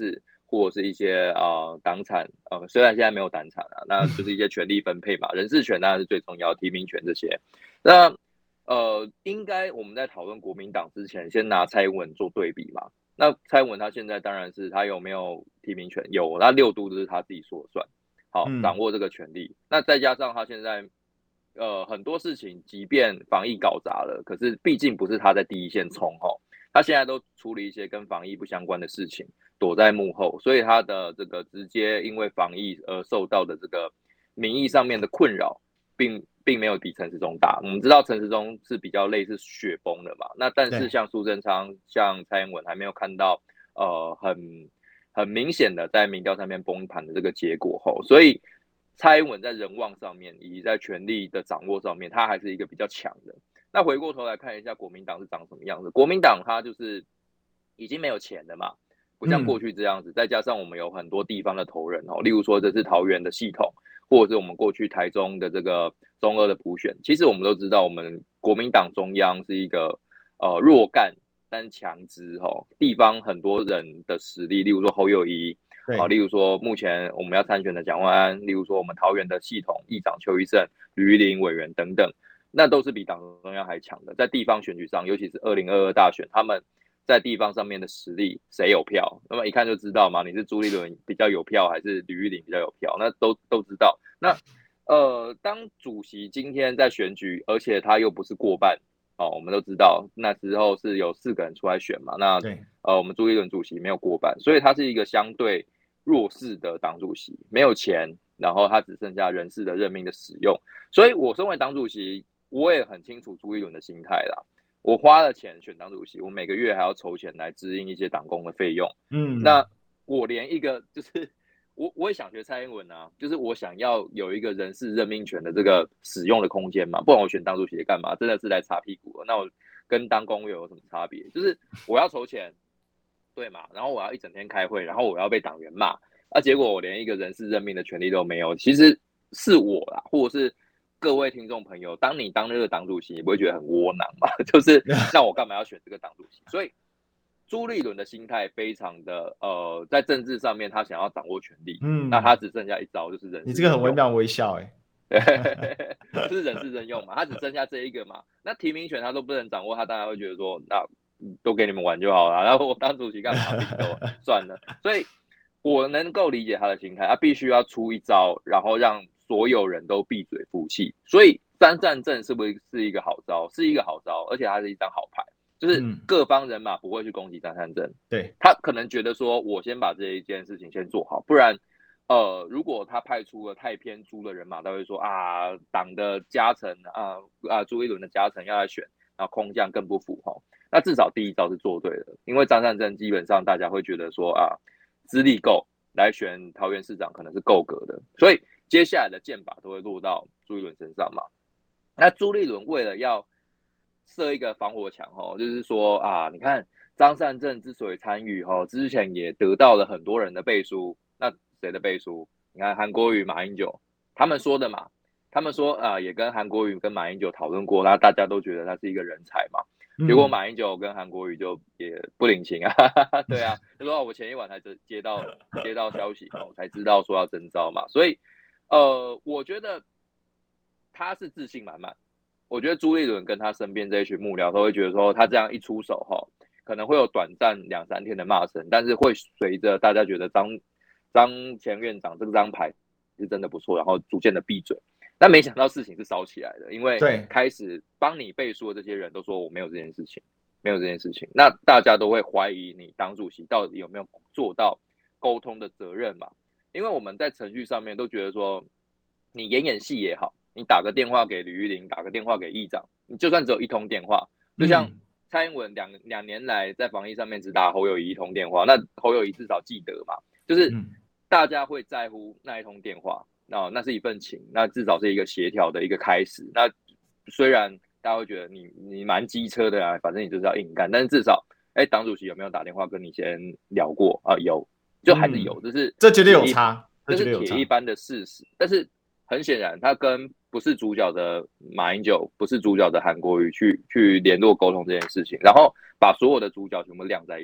或者是一些呃党产，呃虽然现在没有党产啊，那就是一些权力分配嘛，人事权当然是最重要，提名权这些。那呃，应该我们在讨论国民党之前，先拿蔡英文做对比嘛。那蔡英文他现在当然是他有没有提名权？有，那六都都是他自己说了算，好，掌握这个权利。嗯、那再加上他现在。呃，很多事情，即便防疫搞砸了，可是毕竟不是他在第一线冲吼，他现在都处理一些跟防疫不相关的事情，躲在幕后，所以他的这个直接因为防疫而受到的这个民意上面的困扰，并并没有比陈时中大。我们知道陈时中是比较类似雪崩的嘛，那但是像苏贞昌、像蔡英文还没有看到呃很很明显的在民调上面崩盘的这个结果吼，所以。蔡英文在人望上面，以及在权力的掌握上面，他还是一个比较强的。那回过头来看一下国民党是长什么样子，国民党他就是已经没有钱了嘛，不像过去这样子。嗯、再加上我们有很多地方的头人哦，例如说这是桃园的系统，或者是我们过去台中的这个中二的补选。其实我们都知道，我们国民党中央是一个呃弱干但强支哦，地方很多人的实力，例如说侯友宜。好，例如说目前我们要参选的蒋万安，例如说我们桃园的系统议长邱奕胜、吕玉玲委员等等，那都是比党中央还强的。在地方选举上，尤其是二零二二大选，他们在地方上面的实力，谁有票，那么一看就知道嘛，你是朱立伦比较有票，还是吕玉玲比较有票，那都都知道。那呃，当主席今天在选举，而且他又不是过半。哦，我们都知道那时候是有四个人出来选嘛，那呃，我们朱立伦主席没有过半，所以他是一个相对弱势的党主席，没有钱，然后他只剩下人事的任命的使用，所以我身为党主席，我也很清楚朱立伦的心态啦。我花了钱选党主席，我每个月还要筹钱来支应一些党工的费用，嗯，那我连一个就是。我我也想学蔡英文啊，就是我想要有一个人事任命权的这个使用的空间嘛，不然我选党主席干嘛？真的是来擦屁股了。那我跟当公务员有什么差别？就是我要筹钱，对嘛？然后我要一整天开会，然后我要被党员骂，啊，结果我连一个人事任命的权利都没有。其实是我啦，或者是各位听众朋友，当你当这个党主席，你不会觉得很窝囊吗？就是那我干嘛要选这个党主席？所以。朱立伦的心态非常的呃，在政治上面他想要掌握权力，嗯，那他只剩下一招就是人事。 你这个很惟妙惟肖哎， 对，就是人事任用嘛，他只剩下这一个嘛，那提名权他都不能掌握，他当然会觉得说，那都给你们玩就好了，然后我当主席干嘛？算了，所以我能够理解他的心态，他必须要出一招，然后让所有人都闭嘴服气。所以张善政是不是是一个好招？是一个好招，而且他是一张好牌。就是各方人马不会去攻击张善政， 对， 他可能觉得说，我先把这一件事情先做好，不然，呃，如果他派出了太偏朱的人马，他会说啊，党的加成啊啊，朱一伦的加成要来选，然后空降更不符哈。那至少第一招是做对的，因为张善政基本上大家会觉得说啊，资历够来选桃园市长可能是够格的，所以接下来的箭靶都会落到朱一伦身上嘛。那朱立伦为了要设一个防火墙哦，就是说啊，你看张善政之所以参与哦，之前也得到了很多人的背书，那谁的背书？你看韩国瑜、马英九他们说的嘛，他们说啊，也跟韩国瑜跟马英九讨论过，那大家都觉得他是一个人才嘛。结果马英九跟韩国瑜就也不领情啊，对啊，就说我前一晚才接到接到消息哦，才知道说要征召嘛，所以呃，我觉得他是自信满满。我觉得朱立伦跟他身边这一群幕僚都会觉得说，他这样一出手哈，可能会有短暂两三天的骂声，但是会随着大家觉得张张前院长这张牌是真的不错，然后逐渐的闭嘴。但没想到事情是烧起来的，因为开始帮你背书的这些人都说我没有这件事情，没有这件事情，那大家都会怀疑你党主席到底有没有做到沟通的责任嘛？因为我们在程序上面都觉得说，你演演戏也好。你打个电话给吕玉玲，打个电话给议长，你就算只有一通电话，就像蔡英文两两年来在防疫上面只打侯友宜一通电话，那侯友宜至少记得嘛，就是大家会在乎那一通电话，哦，那是一份情，那至少是一个协调的一个开始。那虽然大家会觉得你你蛮机车的啊，反正你就是要硬干，但是至少，哎，党主席有没有打电话跟你先聊过啊？有，就还是有，这是这绝对有差， 这是铁一般的事实，但是很显然，他跟不是主角的马英九，不是主角的韩国瑜去去联络沟通这件事情，然后把所有的主角全部晾在一旁。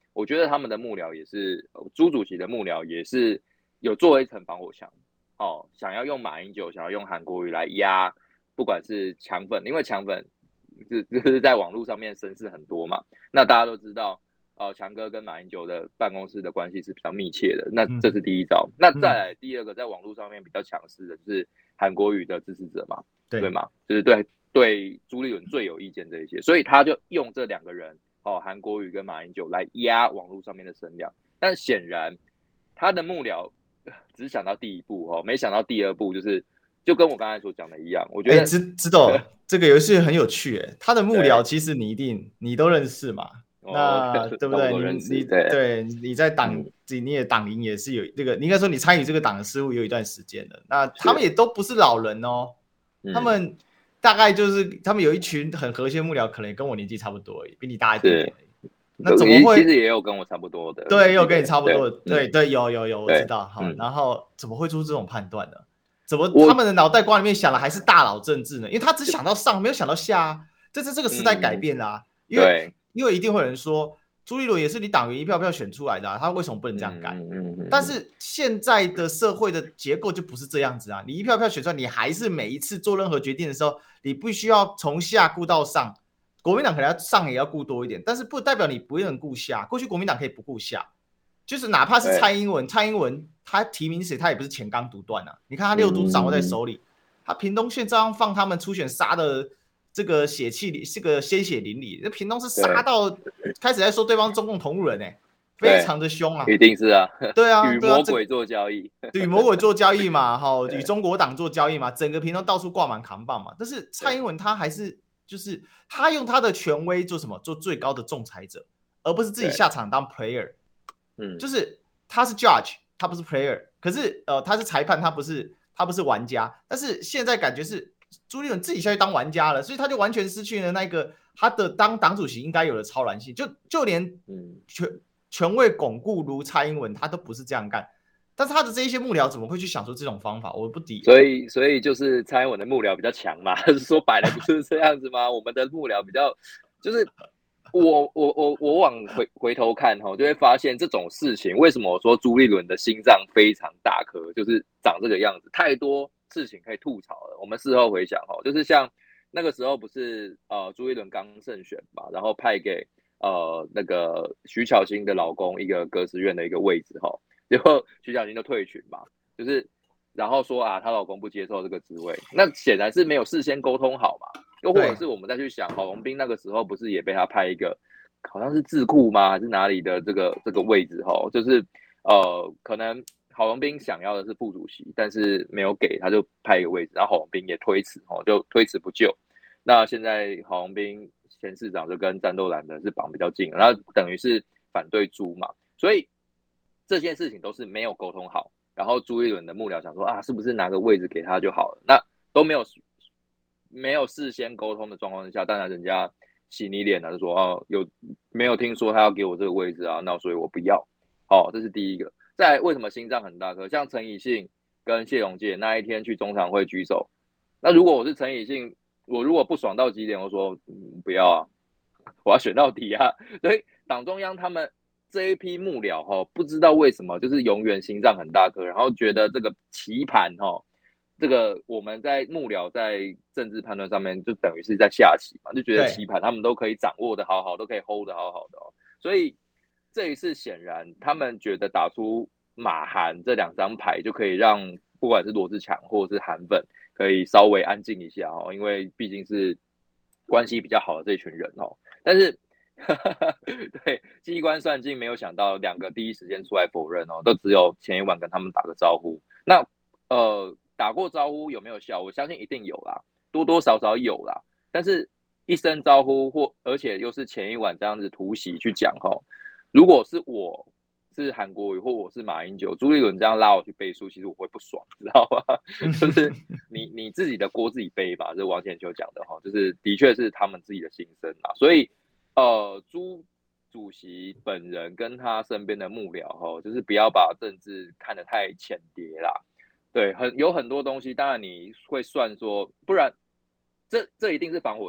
我觉得他们的幕僚也是，朱主席的幕僚也是有做一层防火墙，哦，想要用马英九，想要用韩国瑜来压，不管是强粉，因为强粉是就是在网络上面声势很多嘛，那大家都知道，呃，强哥跟马英九的办公室的关系是比较密切的，那这是第一招。嗯、那再来第二个，在网络上面比较强势的就是韩国瑜的支持者嘛，对, 对吗？就是对对朱立伦最有意见这一些，所以他就用这两个人。哦，韩国瑜跟马英九来压网络上面的声量，但显然他的幕僚只想到第一步哦，没想到第二步就是就跟我刚才所讲的一样，我觉得、欸、 知知道这个游戏很有趣哎，他的幕僚其实你一定你都认识嘛，那、哦、对不对？你你 对, 对你在党、嗯、你也党营也是有这个，你应该说你参与这个党的事务有一段时间了，那他们也都不是老人哦，他们。大概就是他们有一群很核心的幕僚，可能也跟我年纪差不多而已，比你大一点点而已。那怎么会？ 其实也有跟我差不多的， 对，也有跟你差不多的，对 对, 对，有有有，我知道。好、嗯，然后怎么会做这种判断呢？怎么他们的脑袋瓜里面想的还是大佬政治呢？因为他只想到上，没有想到下啊。这是这个时代改变啦、啊嗯，因为因为一定会有人说，朱立伦也是你党员一票票选出来的、啊，他为什么不能这样干？嗯嗯嗯、但是现在的社会的结构就不是这样子啊！你一票票选出来，你还是每一次做任何决定的时候，你必须要从下顾到上。国民党可能要上也要顾多一点，但是不代表你不能顾下。过去国民党可以不顾下，就是哪怕是蔡英文，蔡英文他提名谁，他也不是钱纲独断啊。你看他六都掌握在手里，嗯、他屏东县照样放他们初选杀的。这个血气里，这个鲜血淋漓，这屏东是杀到开始在说对方中共同路人哎、欸，非常的凶啊， 一定是啊， 对啊， 与魔鬼做交易， 与魔鬼做交易嘛，哈，与中国党做交易嘛，整个屏东到处挂满扛棒嘛，但是蔡英文他还是就是他用他的权威做什么，做最高的仲裁者，而不是自己下场当 player， 嗯，就是他是 judge， 他不是 player， 可是呃他是裁判，他不是他不是玩家，但是现在感觉是。朱立伦自己下去当玩家了，所以他就完全失去了那个他的当党主席应该有的超然性，就就连权权位巩固如蔡英文，他都不是这样干。但是他的这一些幕僚怎么会去想出这种方法？我不理。 所以，所以就是蔡英文的幕僚比较强嘛，说白了不是这样子吗？我们的幕僚比较，就是我我我我往回回头看哈，就会发现这种事情，为什么我说朱立伦的心脏非常大颗，就是长这个样子，太多。事情可以吐槽了。我们事后回想哈，就是像那个时候不是呃朱立伦刚胜选嘛，然后派给呃那个徐巧芯的老公一个阁职院的一个位置哈，然后徐巧芯就退群嘛，就是然后说啊她老公不接受这个职位，那显然是没有事先沟通好嘛，又或者是我们再去想郝龙斌那个时候不是也被他派一个好像是智库吗还是哪里的这个这个位置哈，就是呃可能。郝龙斌想要的是副主席，但是没有给，他就派一个位置，然后郝龙斌也推辞，就推辞不就。那现在郝龙斌前市长就跟战斗蓝的是绑比较近，然后等于是反对朱嘛，所以这件事情都是没有沟通好。然后朱立伦的幕僚想说啊，是不是拿个位置给他就好了？那都没有没有事先沟通的状况之下，当然人家洗你脸了，就说哦有没有听说他要给我这个位置啊？那所以我不要。哦，这是第一个。再来为什么心脏很大颗？像陈以信跟谢龙介那一天去中常会举手，那如果我是陈以信，我如果不爽到极点，我说、嗯、不要啊，我要选到底啊。所以党中央他们这一批幕僚哈、哦，不知道为什么就是永远心脏很大颗，然后觉得这个棋盘哈、哦，这个我们在幕僚在政治判断上面就等于是在下棋嘛，就觉得棋盘他们都可以掌握的好好，都可以 hold 的好好的哦，所以。这一次显然他们觉得打出马韩这两张牌就可以让不管是罗志强或者是韩粉可以稍微安静一下哦，因为毕竟是关系比较好的这群人哦。但是呵呵对机关算尽，没有想到两个第一时间出来否认哦，都只有前一晚跟他们打个招呼。那呃打过招呼有没有效？我相信一定有啦，多多少少有啦。但是一声招呼或而且又是前一晚这样子突袭去讲哦。如果是我是韩国瑜或我是马英九，朱立伦这样拉我去背书，其实我会不爽，知道吗？就是你你自己的锅自己背吧，这是王显秋讲的哈，就是的确是他们自己的心声啦。所以呃，朱主席本人跟他身边的幕僚哈，就是不要把政治看得太浅碟啦。对，很有很多东西，当然你会算说，不然这这一定是防火墙。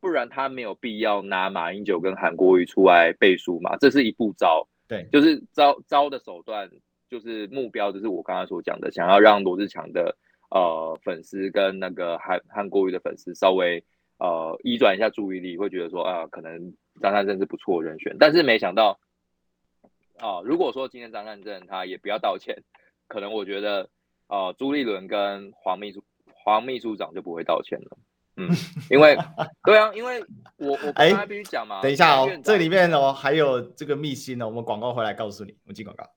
不然他没有必要拿马英九跟韩国瑜出来背书嘛，这是一步招， 对， 就是招招的手段，就是目标，就是我刚刚所讲的，想要让罗智强的呃粉丝跟那个韩韩国瑜的粉丝稍微呃移转一下注意力，会觉得说啊，可能张善政是不错的人选，但是没想到啊、呃，如果说今天张善政他也不要道歉，可能我觉得呃朱立伦跟黄秘书黄秘书长就不会道歉了。嗯，因为对啊，因为我我刚才必须讲嘛、 欸。等一下哦，这里面哦还有这个秘辛哦，我们广告回来告诉你，我们进广告。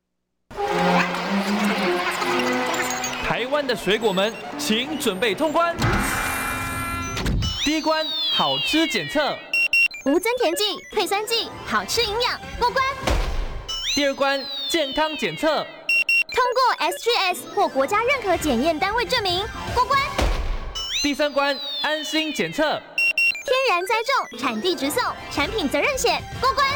台湾的水果们，请准备通关。第一关，好吃检测， 无增甜剂、退酸剂，好吃营养，过关。 第二关，健康检测， 通过 S G S 或国家认可检验单位证明，过关。 第三关，安心检测， 天然栽种，产地直送，产品责任险，过关。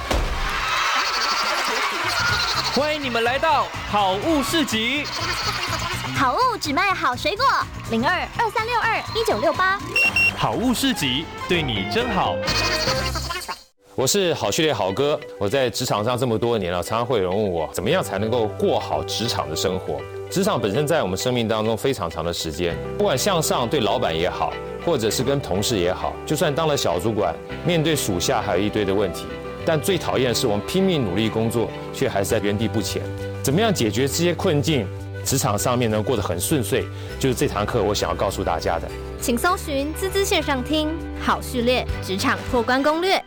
欢迎你们来到好物市集， 好物只卖好水果，零二二三六二一九六八。 好物市集对你真好。 我是好序列好哥，我在职场上这么多年了，常常会有人问我，怎么样才能够过好职场的生活？职场本身在我们生命当中非常长的时间，不管向上对老板也好，或者是跟同事也好，就算当了小主管，面对属下还有一堆的问题，但最讨厌的是我们拼命努力工作，却还是在原地不前。怎么样解决这些困境？职场上面能过得很顺遂，就是这堂课我想要告诉大家的。 请搜寻滋滋线上听好序列职场破关攻略。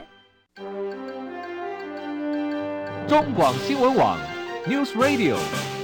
中广新闻网 News Radio。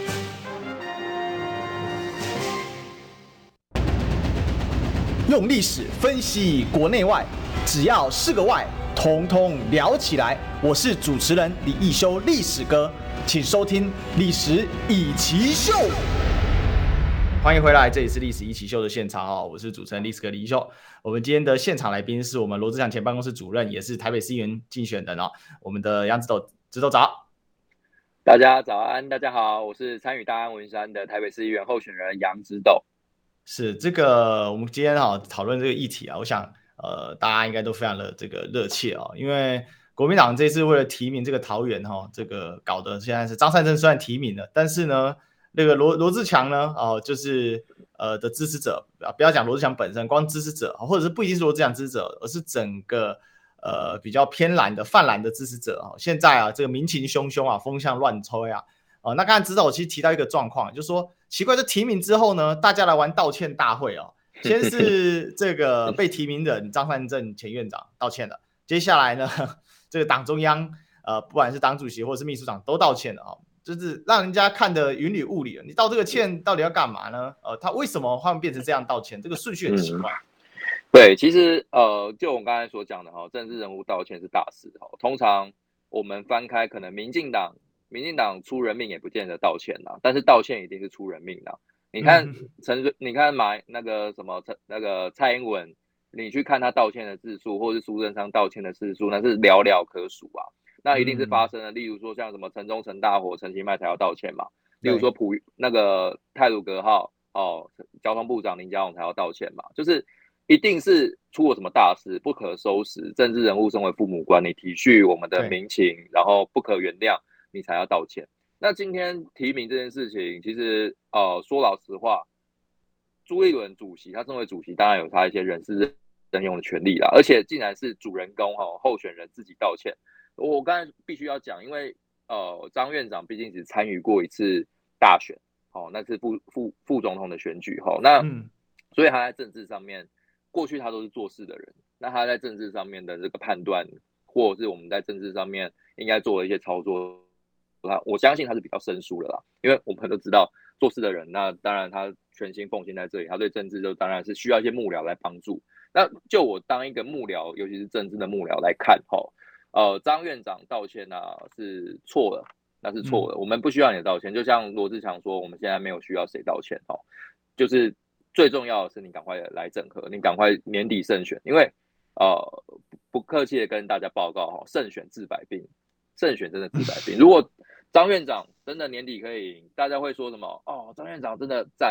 用历史分析国内外，只要是个“外”，统统聊起来。我是主持人李义修，历史哥，请收听《历史一奇秀》。欢迎回来，这里是《历史一奇秀》的现场哦，我是主持人历史哥李义修。我们今天的现场来宾是我们罗智强前办公室主任，也是台北市议员竞选人哦，我们的杨指斗，指斗早。 大家早安，大家好，我是参与大安文山的台北市议员候选人杨指斗。 是这个，我们今天哈讨论这个议题啊，我想呃大家应该都非常的这个热切啊，因为国民党这次为了提名这个桃园哈，这个搞得现在是张善政虽然提名了，但是呢，那个罗罗智强呢哦，就是呃的支持者啊，不要讲罗智强本身，光支持者或者是不一定是罗智强支持者，而是整个呃比较偏蓝的泛蓝的支持者啊，现在啊这个民情汹汹啊，风向乱吹啊。哦，那刚才指导我其实提到一个状况，就是说奇怪，这提名之后呢，大家来玩道歉大会哦。先是这个被提名人张善政前院长道歉了，接下来呢，这个党中央呃，不管是党主席或者是秘书长都道歉了哦，就是让人家看得云里雾里了。你道这个歉到底要干嘛呢？呃，他为什么会变成这样道歉？这个顺序很奇怪。 嗯、对，其实呃，就我刚才所讲的哈，政治人物道歉是大事哈。通常我们翻开可能民进党。民进党出人命也不见得道歉啦，但是道歉一定是出人命啦。你看陈、嗯，你看马那个什么那个蔡英文，你去看他道歉的次数，或是苏贞昌道歉的次数，那是寥寥可数啊。那一定是发生了，例如说像什么陈忠诚大火，陈其迈才要道歉嘛。例如说普那个太鲁阁号哦，交通部长林佳龙才要道歉嘛，就是一定是出了什么大事，不可收拾。政治人物身为父母官，你体恤我们的民情，然后不可原谅。你才要道歉。那今天提名这件事情，其实呃说老实话，朱立伦主席他身为主席，当然有他一些人事任用的权利啦。而且竟然是主人公哈候选人自己道歉，我刚才必须要讲，因为呃张院长毕竟只参与过一次大选，哦，那是副副副总统的选举哈，那、嗯、所以他在政治上面，过去他都是做事的人，那他在政治上面的这个判断，或者是我们在政治上面应该做的一些操作。我相信他是比较生疏的啦，因为我们都知道做事的人，那当然他全心奉献在这里，他对政治就当然是需要一些幕僚来帮助。那就我当一个幕僚，尤其是政治的幕僚来看，哈，呃，张院长道歉啊是错了，那是错了、嗯，我们不需要你的道歉。就像罗智强说，我们现在没有需要谁道歉，哦，就是最重要的是你赶快来整合，你赶快年底胜选，因为呃不客气的跟大家报告哈，胜选治百病。胜选真的治百病。如果张院长真的年底可以赢，大家会说什么？哦，张院长真的赞，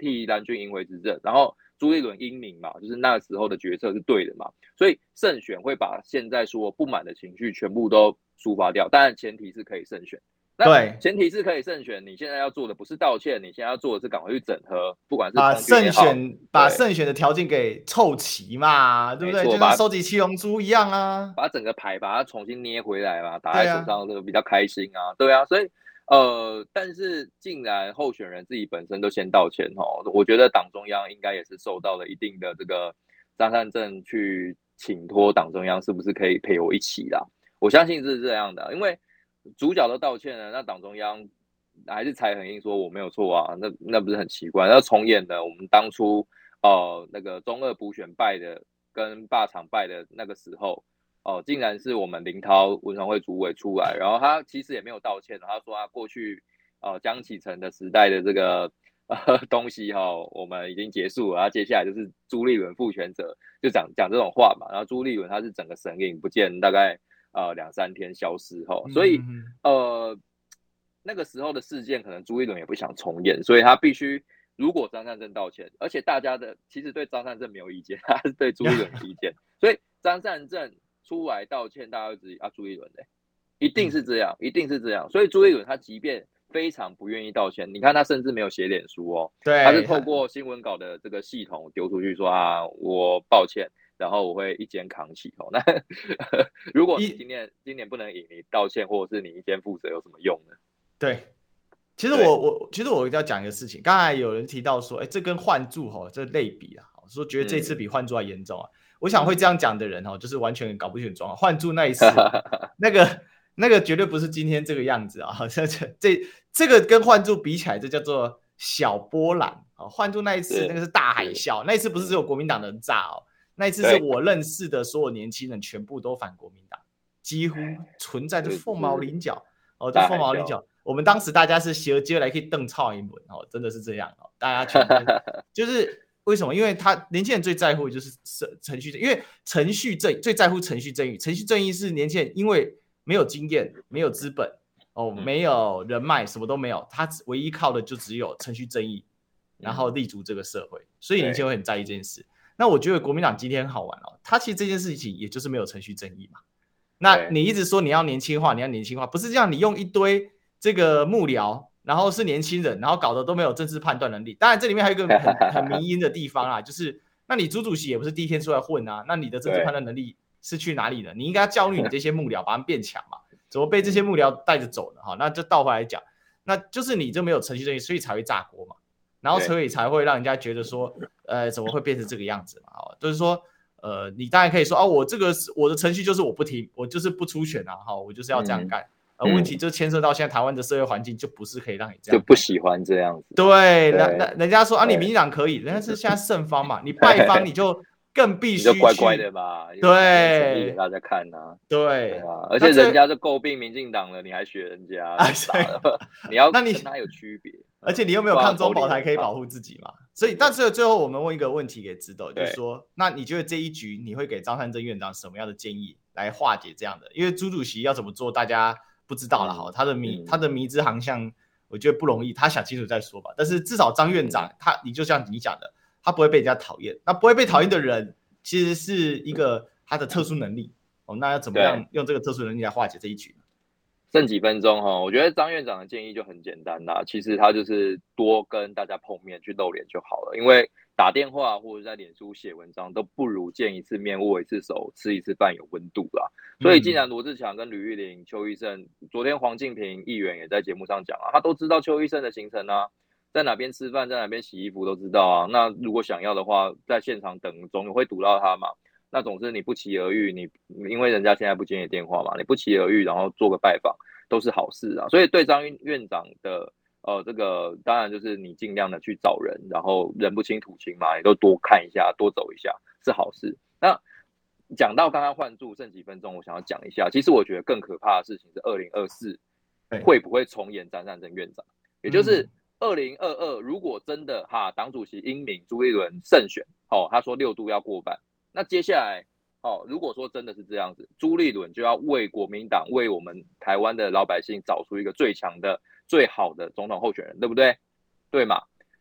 替蓝军赢回执政，然后朱立伦英明嘛，就是那时候的决策是对的嘛，所以胜选会把现在说不满的情绪全部都抒发掉，当然前提是可以胜选。 对， 前提是可以胜选。你现在要做的不是道歉，你现在要做的是赶快去整合，不管是把胜选把胜选的条件给凑齐嘛，对不对？就跟收集七龙珠一样啊， 把整个牌把它重新捏回来嘛，打在手上这个比较开心啊，对啊，所以呃，但是竟然候选人自己本身都先道歉哦，我觉得党中央应该也是受到了一定的这个张善政去请托党中央是不是可以陪我一起啦？我相信是这样的，因为主角都道歉了，那党中央还是才很硬说我没有错啊，那那不是很奇怪？那重演了我们当初呃那个中二补选败的跟罢场败的那个时候，哦、呃，竟然是我们林涛文传会主委出来，然后他其实也没有道歉，他说他过去呃江启臣的时代的这个呃东西哈、哦，我们已经结束了，然后接下来就是朱立伦负全责，就讲讲这种话嘛，然后朱立伦他是整个神隐不见，大概。呃，两三天消失后，所以、嗯、呃，那个时候的事件可能朱立伦也不想重演，所以他必须，如果张善政道歉，而且大家的其实对张善政没有意见，他是对朱立伦有意见，所以张善政出来道歉，大家会质疑啊，朱立伦嘞，一定是这样，嗯、一定是这样，所以朱立伦他即便非常不愿意道歉，你看他甚至没有写脸书哦， 对， 他是透过新闻稿的这个系统丢出去说啊，我抱歉。然后我会一肩扛起哦。那如果你今年今年不能赢，你道歉或者是你一肩负责有什么用呢？ 对，其实我我其实我要讲一个事情，刚才有人提到说，哎，这跟换柱哈这类比啊，说觉得这次比换柱还严重啊。嗯、我想会这样讲的人哈，就是完全搞不清楚状况。换柱那一次，那个那个绝对不是今天这个样子啊。这这这个跟换柱比起来，这叫做小波澜啊。换柱那一次那个是大海啸，那一次不是只有国民党的人炸哦。那一次是我认识的所有年轻人全部都反国民党，几乎存在着凤毛麟角哦，就凤毛麟角。我们当时大家是斜接来可以瞪操一轮哦，真的是这样哦，大家全部就是为什么？因为他年轻人最在乎的就是程序正义，因为程序正义最在乎程序正义，程序正义是年轻人因为没有经验、没有资本哦、没有人脉，什么都没有，他唯一靠的就只有程序正义，然后立足这个社会，所以年轻人会很在意这件事。那我觉得国民党今天很好玩哦，他其实这件事情也就是没有程序正义嘛。那你一直说你要年轻化，你要年轻化，不是这样，你用一堆这个幕僚，然后是年轻人，然后搞得都没有政治判断能力。当然这里面还有一个很很迷因的地方啊，就是那你朱主席也不是第一天出来混啊，那你的政治判断能力是去哪里呢？你应该教育你这些幕僚，把他们变强嘛。怎么被这些幕僚带着走呢？哈，那就倒回来讲，那就是你就没有程序正义，所以才会炸锅嘛。然后所以才会让人家觉得说，呃，怎么会变成这个样子嘛？哦，就是说，呃，你当然可以说，哦，我这个我的程序就是我不听，我就是不出拳啊，哈，我就是要这样干。而、嗯、问题就牵涉到现在台湾的社会环境，就不是可以让你这样， 就不喜欢这样子。 对，那那人家说啊，你民进党可以，人家是现在胜方嘛，你败方你就更必须你就乖乖的嘛， 对， 给大家看啊， 对, 对啊，而且人家就诟病民进党了，你还学人家，啊、你要跟他有区别。 而且你又没有抗中保台可以保护自己嘛，所以但是最后我们问一个问题给指导，就是说，那你觉得这一局你会给张善政院长什么样的建议来化解这样的？因为朱主席要怎么做，大家不知道了哈、嗯，他的迷、嗯、他的迷之航向，我觉得不容易，他想清楚再说吧。但是至少张院长、嗯、他，你就像你讲的，他不会被人家讨厌，那不会被讨厌的人，其实是一个他的特殊能力哦。那要怎么样用这个特殊能力来化解这一局？ 剩几分钟哈，我觉得张院长的建议就很简单啦，其实他就是多跟大家碰面去露脸就好了，因为打电话或者在脸书写文章都不如见一次面握一次手吃一次饭有温度啦。所以既然罗智强跟吕玉玲、邱医生，昨天黄敬平议员也在节目上讲啊，他都知道邱医生的行程啊，在哪边吃饭，在哪边洗衣服都知道啊。那如果想要的话，在现场等总有会堵到他嘛。那总之你不期而遇，你因为人家现在不接你电话嘛，你不期而遇，然后做个拜访都是好事啊。所以对张院长的呃这个当然就是你尽量的去找人，然后人不清土清嘛，你都多看一下，多走一下是好事。那讲到刚刚换柱剩几分钟，我想要讲一下，其实我觉得更可怕的事情是二零二四会不会重演张善政院长，也就是二零二二如果真的哈党主席英明朱立伦胜选，哦他说六都要过半。那接下来，哦，如果说真的是这样子，朱立伦就要为国民党、为我们台湾的老百姓找出一个最强的、最好的总统候选人，对不对？对嘛？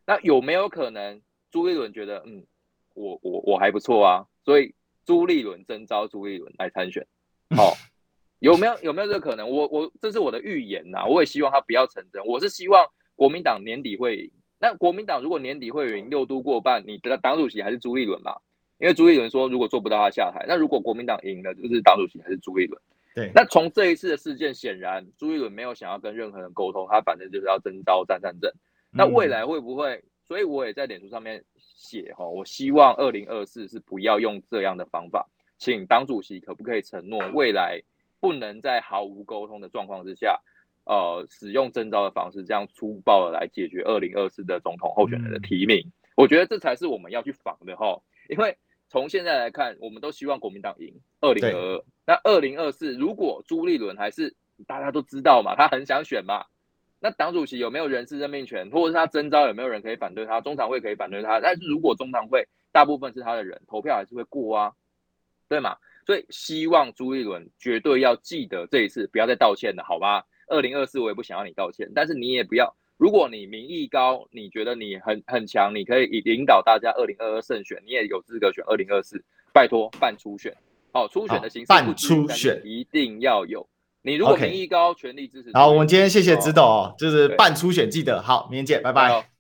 那有没有可能朱立伦觉得，嗯，我我我还不错啊，所以朱立伦征召朱立伦来参选？好、哦，有没有有没有这个可能？我我这是我的预言呐、啊，我也希望他不要成真。我是希望国民党年底会赢。那国民党如果年底会赢，六都过半，你的党主席还是朱立伦嘛？因为朱立伦说如果做不到他下台。那如果国民党赢了，就是党主席还是朱立伦。 对。 那从这一次的事件，显然朱立伦没有想要跟任何人沟通，他反正就是要征召张善政。那未来会不会？所以我也在脸书上面写哈，我希望二零二四是不要用这样的方法，请党主席可不可以承诺，未来不能在毫无沟通的状况之下，呃，使用征召的方式，这样粗暴的来解决二零二四的总统候选人的提名。嗯、我觉得这才是我们要去防的哈，因为从现在来看，我们都希望国民党赢二零二二。那二零二四如果朱立伦还是大家都知道嘛，他很想选嘛。那党主席有没有人事任命权，或者是他征召有没有人可以反对他？中常会可以反对他，但是如果中常会大部分是他的人，投票还是会过啊，对吗？所以希望朱立伦绝对要记得这一次，不要再道歉了，好吗？二零二四我也不想要你道歉，但是你也不要，如果你民意高，你觉得你很很强，你可以领导大家二零二二胜选，你也有资格选二零二四，拜托办初选，好、哦，初选的形式办初选一定要有。你如果民意高，全力支持。 好，我们今天谢谢指导哦，就是办初选，记得好，明天见，拜拜。